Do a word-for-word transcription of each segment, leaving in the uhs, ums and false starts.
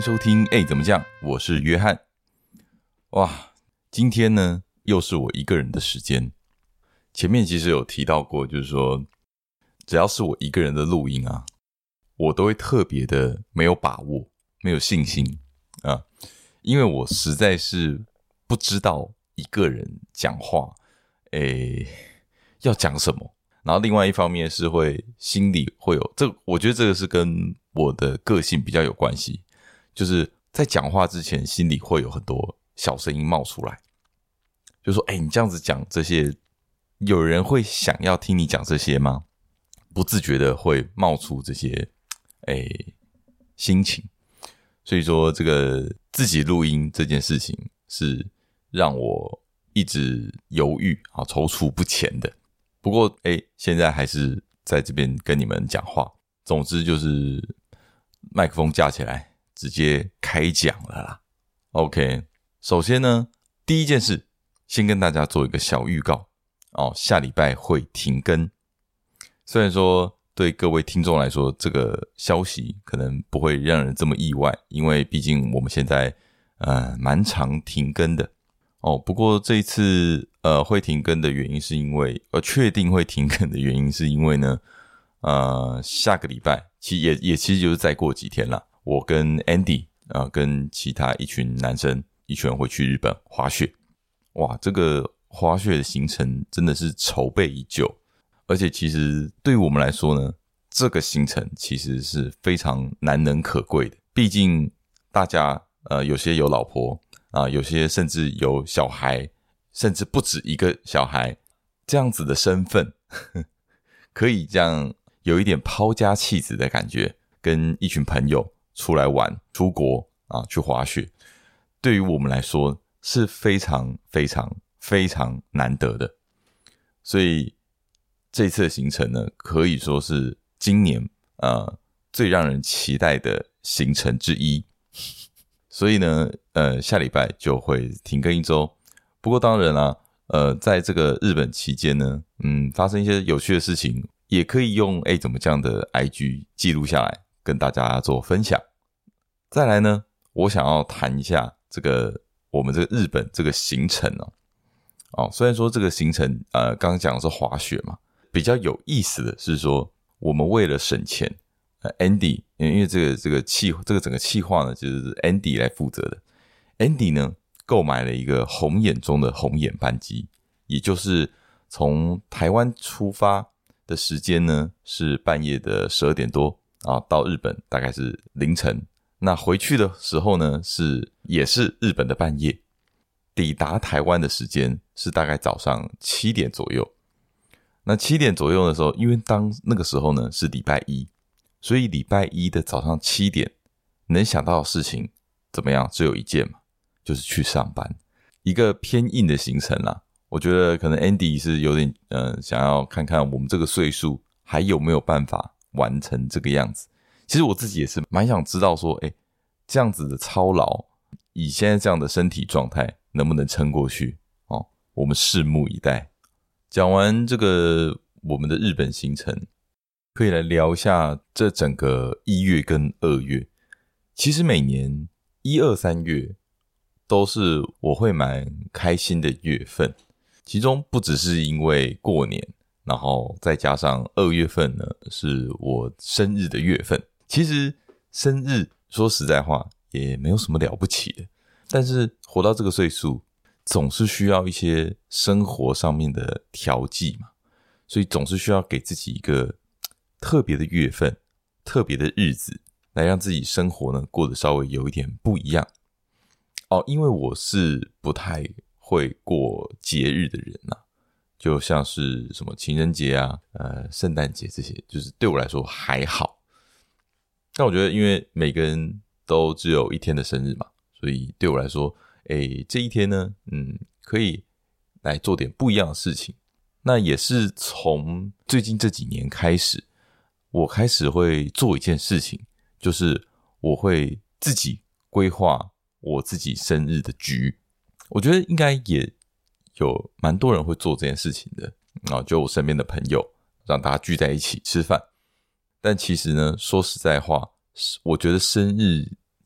收听哎怎么讲，我是约翰。哇，今天呢又是我一个人的时间。前面其实有提到过，就是说只要是我一个人的录音啊，我都会特别的没有把握，没有信心啊，因为我实在是不知道一个人讲话诶要讲什么。然后另外一方面是会心里会有这，我觉得这个是跟我的个性比较有关系，就是在讲话之前心里会有很多小声音冒出来，就说诶你这样子讲这些，有人会想要听你讲这些吗？不自觉的会冒出这些诶心情。所以说这个自己录音这件事情是让我一直犹豫啊踌躇不前的。不过诶现在还是在这边跟你们讲话。总之就是麦克风架起来直接开讲了啦。 OK， 首先呢第一件事先跟大家做一个小预告哦，下礼拜会停更。虽然说对各位听众来说这个消息可能不会让人这么意外，因为毕竟我们现在呃蛮常停更的哦。不过这一次呃会停更的原因是因为呃确定会停更的原因是因为呢呃下个礼拜其实也也其实就是再过几天啦，我跟 Andy 呃跟其他一群男生一群人会去日本滑雪。哇，这个滑雪的行程真的是筹备已久，而且其实对于我们来说呢，这个行程其实是非常难能可贵的。毕竟大家呃有些有老婆啊、呃，有些甚至有小孩，甚至不止一个小孩，这样子的身份呵呵可以这样有一点抛家弃子的感觉，跟一群朋友出来玩，出国啊去滑雪，对于我们来说是非常非常非常难得的。所以这次的行程呢，可以说是今年呃最让人期待的行程之一。所以呢，呃，下礼拜就会停更一周。不过当然啦，呃，在这个日本期间呢，嗯，发生一些有趣的事情，也可以用诶怎么讲的 I G 记录下来，跟大家做分享。再来呢，我想要谈一下这个我们这个日本这个行程哦。哦，虽然说这个行程呃刚刚讲的是滑雪嘛，比较有意思的是说，我们为了省钱，呃 Andy 因为这个这个企这个整个企划呢，就是 Andy 来负责的。Andy 呢购买了一个红眼中的红眼班机，也就是从台湾出发的时间呢是半夜的十二点多啊，到日本大概是凌晨。那回去的时候呢是也是日本的半夜。抵达台湾的时间是大概早上七点左右。那七点左右的时候，因为当那个时候呢是礼拜一，所以礼拜一的早上七点能想到的事情怎么样？只有一件嘛，就是去上班。一个偏硬的行程啦。我觉得可能 Andy 是有点呃想要看看我们这个岁数还有没有办法完成这个样子。其实我自己也是蛮想知道说，诶这样子的操劳，以现在这样的身体状态能不能撑过去哦？我们拭目以待。讲完这个我们的日本行程，可以来聊一下这整个一月跟二月。其实每年一二三月都是我会蛮开心的月份，其中不只是因为过年，然后再加上二月份呢是我生日的月份。其实生日说实在话也没有什么了不起的，但是活到这个岁数总是需要一些生活上面的调剂嘛，所以总是需要给自己一个特别的月份，特别的日子，来让自己生活呢过得稍微有一点不一样哦。因为我是不太会过节日的人啊，就像是什么情人节啊呃圣诞节这些，就是对我来说还好。但我觉得因为每个人都只有一天的生日嘛，所以对我来说诶这一天呢嗯可以来做点不一样的事情。那也是从最近这几年开始，我开始会做一件事情，就是我会自己规划我自己生日的局。我觉得应该也有蛮多人会做这件事情的啊，就我身边的朋友，让大家聚在一起吃饭。但其实呢，说实在话，我觉得生日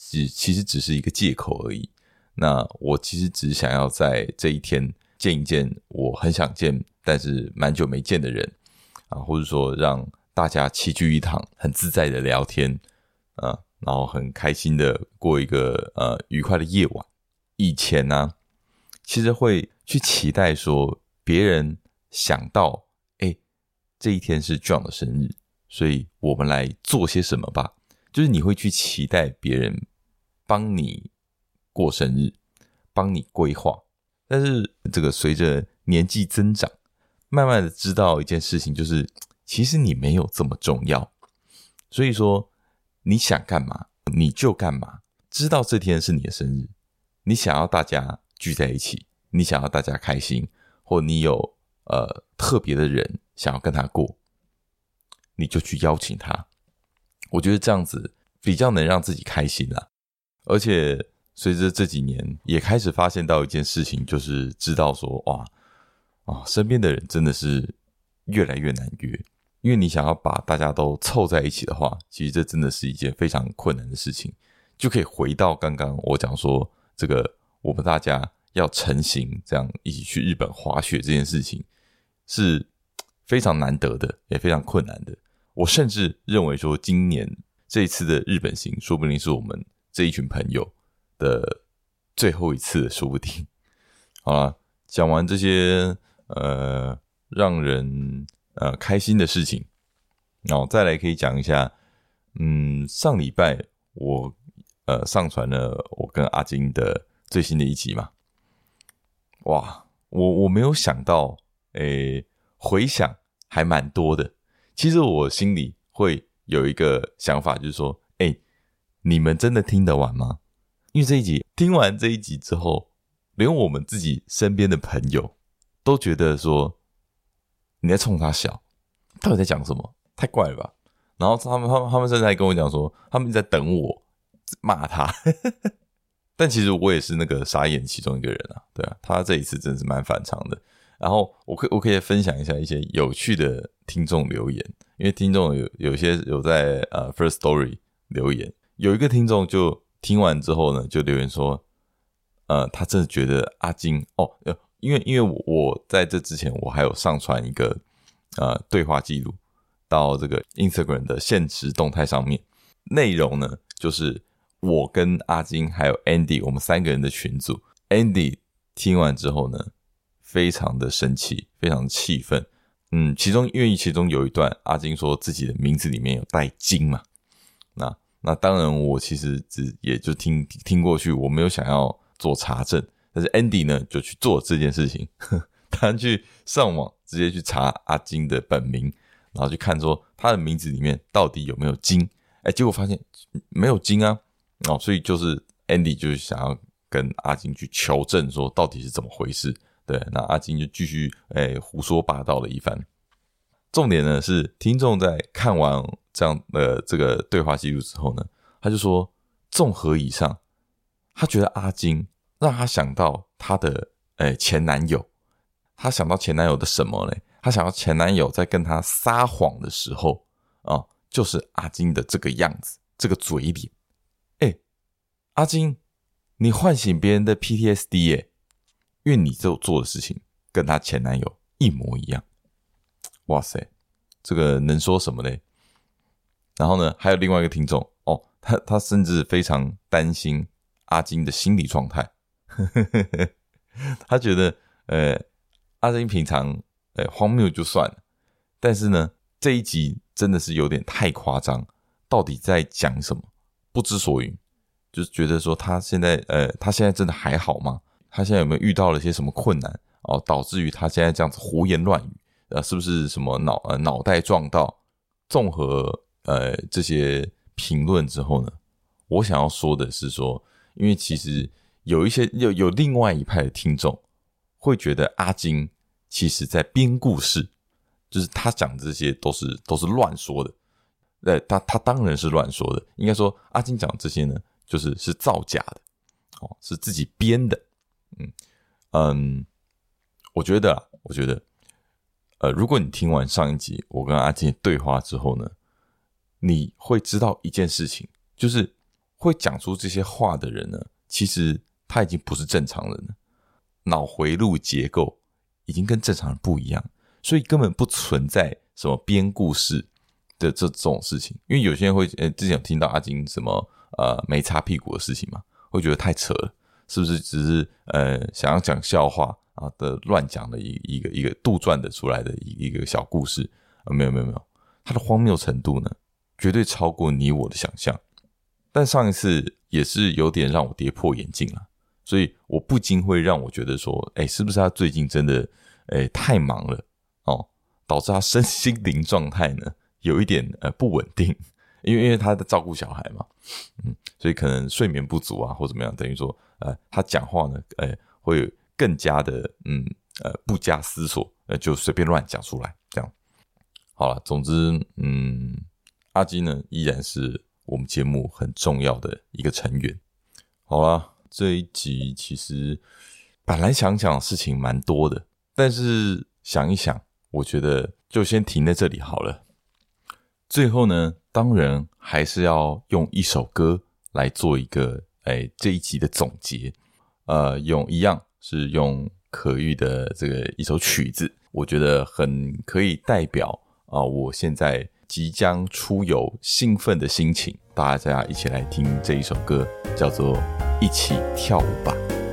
只其实只是一个借口而已。那我其实只想要在这一天见一见我很想见但是蛮久没见的人啊，或者说让大家齐聚一堂，很自在的聊天啊，然后很开心的过一个呃愉快的夜晚。以前呢、啊，其实会去期待说别人想到，诶，这一天是 John 的生日，所以我们来做些什么吧。就是你会去期待别人帮你过生日，帮你规划。但是这个随着年纪增长，慢慢的知道一件事情，就是其实你没有这么重要。所以说你想干嘛你就干嘛，知道这天是你的生日，你想要大家聚在一起，你想要大家开心，或你有呃特别的人想要跟他过，你就去邀请他。我觉得这样子比较能让自己开心啦。而且随着这几年也开始发现到一件事情，就是知道说哇啊，身边的人真的是越来越难约。因为你想要把大家都凑在一起的话，其实这真的是一件非常困难的事情。就可以回到刚刚我讲说，这个我们大家要成行这样一起去日本滑雪这件事情是非常难得的，也非常困难的。我甚至认为说今年这一次的日本行说不定是我们这一群朋友的最后一次的说不定。好啦，讲完这些呃让人呃开心的事情，然后再来可以讲一下，嗯，上礼拜我呃上传了我跟阿金的最新的一集嘛。哇，我我没有想到，诶，回响还蛮多的。其实我心里会有一个想法，就是说，诶，你们真的听得完吗？因为这一集听完这一集之后，连我们自己身边的朋友都觉得说，你在冲他笑，到底在讲什么？太怪了吧！然后他们他们他们甚至还跟我讲说，他们在等我骂他。但其实我也是那个傻眼其中一个人啊，对啊，他这一次真的是蛮反常的。然后我可以我可以分享一下一些有趣的听众留言，因为听众有有些有在呃 First Story 留言，有一个听众就听完之后呢，就留言说，呃，他真的觉得阿金哦，因为因为我我在这之前我还有上传一个呃对话记录到这个 Instagram 的限时动态上面，内容呢就是我跟阿金还有 Andy 我们三个人的群组。 Andy 听完之后呢非常的生气，非常的气愤。嗯，其中因为其中有一段阿金说自己的名字里面有带金嘛，那那当然我其实只也就听听过去，我没有想要做查证。但是 Andy 呢就去做这件事情，他去上网直接去查阿金的本名，然后去看说他的名字里面到底有没有金。哎，结果发现没有金啊，哦，所以就是 Andy 就是想要跟阿金去求证说到底是怎么回事。对，那阿金就继续诶胡说八道了一番。重点呢是听众在看完这样的这个对话记录之后呢，他就说综合以上，他觉得阿金让他想到他的诶前男友。他想到前男友的什么呢？他想到前男友在跟他撒谎的时候啊，就是阿金的这个样子，这个嘴脸。诶，阿金，你唤醒别人的 P T S D 耶，因为你就做的事情跟她前男友一模一样。哇塞，这个能说什么呢？然后呢，还有另外一个听众哦，他他甚至非常担心阿金的心理状态。他觉得呃，阿金平常呃荒谬就算了，但是呢，这一集真的是有点太夸张，到底在讲什么？不知所云，就是觉得说他现在呃，他现在真的还好吗？他现在有没有遇到了些什么困难哦，导致于他现在这样子胡言乱语？呃，是不是什么脑呃脑袋撞到？综合呃这些评论之后呢，我想要说的是说，因为其实有一些有有另外一派的听众会觉得阿金其实在编故事，就是他讲这些都是都是乱说的。对，他他当然是乱说的，应该说阿金讲这些呢，就是是造假的，哦，是自己编的。嗯嗯，我觉得啊，我觉得，呃，如果你听完上一集我跟阿金对话之后呢，你会知道一件事情，就是会讲出这些话的人呢，其实他已经不是正常人了，脑回路结构已经跟正常人不一样，所以根本不存在什么编故事的这种事情。因为有些人会，呃，之前有听到阿金什么呃没擦屁股的事情嘛，会觉得太扯了，是不是只是呃想要讲笑话啊的乱讲的一一个一个杜撰的出来的一一个小故事？啊，没有没有没有，它的荒谬程度呢，绝对超过你我的想象。但上一次也是有点让我跌破眼镜了，所以我不禁会让我觉得说，哎，是不是他最近真的哎太忙了哦，导致他身心灵状态呢有一点呃不稳定，因为因为他在照顾小孩嘛，嗯，所以可能睡眠不足啊或怎么样，等于说呃他讲话呢，呃会更加的嗯呃不加思索，呃就随便乱讲出来这样。好了，总之嗯阿基呢依然是我们节目很重要的一个成员。好啦，这一集其实本来想讲的事情蛮多的，但是想一想，我觉得就先停在这里好了。最后呢，当然还是要用一首歌来做一个哎这一集的总结。呃，用一样是用可遇的这个一首曲子，我觉得很可以代表啊、呃、我现在即将出游兴奋的心情。大家一起来听这一首歌，叫做《一起跳舞吧》。